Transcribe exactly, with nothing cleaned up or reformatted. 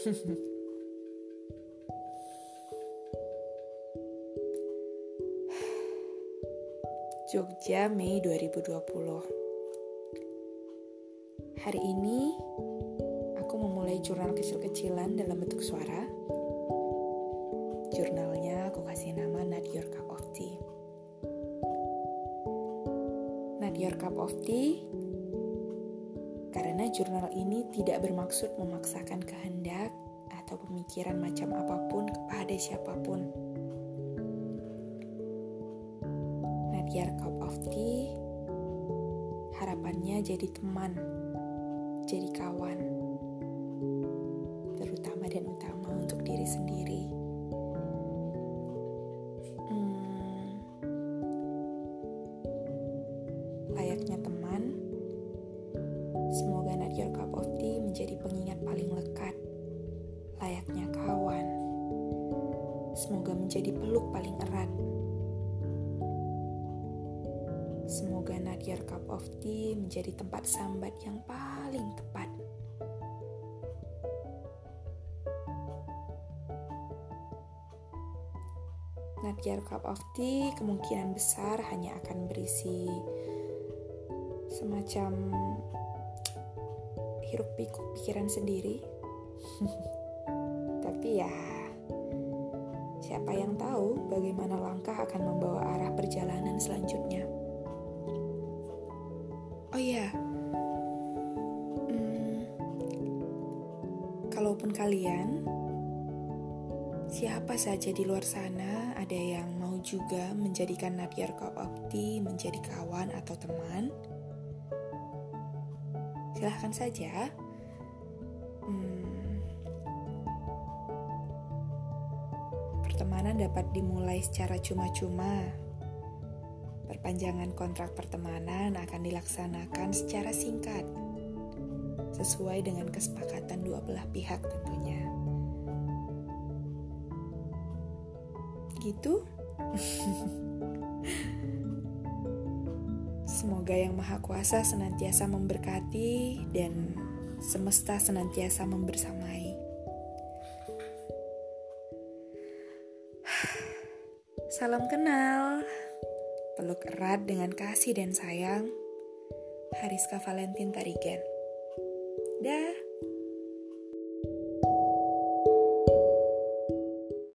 Jogja, Mei dua ribu dua puluh. Hari ini aku memulai jurnal kecil-kecilan dalam bentuk suara. Jurnalnya aku kasih nama Not Your Cup of Tea. Not Your Cup of Tea karena jurnal ini tidak bermaksud memaksakan kehendak atau pemikiran macam apapun kepada siapapun. Not Your Cup of Tea harapannya jadi teman, jadi kawan, terutama dan utama untuk diri sendiri. Hmm, layaknya teman, semoga Not Your Cup of Tea menjadi pengingat paling lekat. Layaknya kawan, semoga menjadi peluk paling erat. Semoga Not Your Cup of Tea menjadi tempat sambat yang paling tepat. Not Your Cup of Tea kemungkinan besar hanya akan berisi semacam hiruk pikuk pikiran sendiri. Tapi ya, siapa yang tahu bagaimana langkah akan membawa arah perjalanan selanjutnya. Oh iya, hmm, kalaupun kalian, siapa saja di luar sana ada yang mau juga menjadikan Not Your Cup of Tea menjadi kawan atau teman, silahkan saja. Hmm, pertemanan dapat dimulai secara cuma-cuma. Perpanjangan kontrak pertemanan akan dilaksanakan secara singkat, sesuai dengan kesepakatan dua belah pihak tentunya. Gitu? Semoga Yang Maha Kuasa senantiasa memberkati dan semesta senantiasa membersamai. Salam kenal. Peluk erat dengan kasih dan sayang, Hariska Valentin Tarigan. Dah.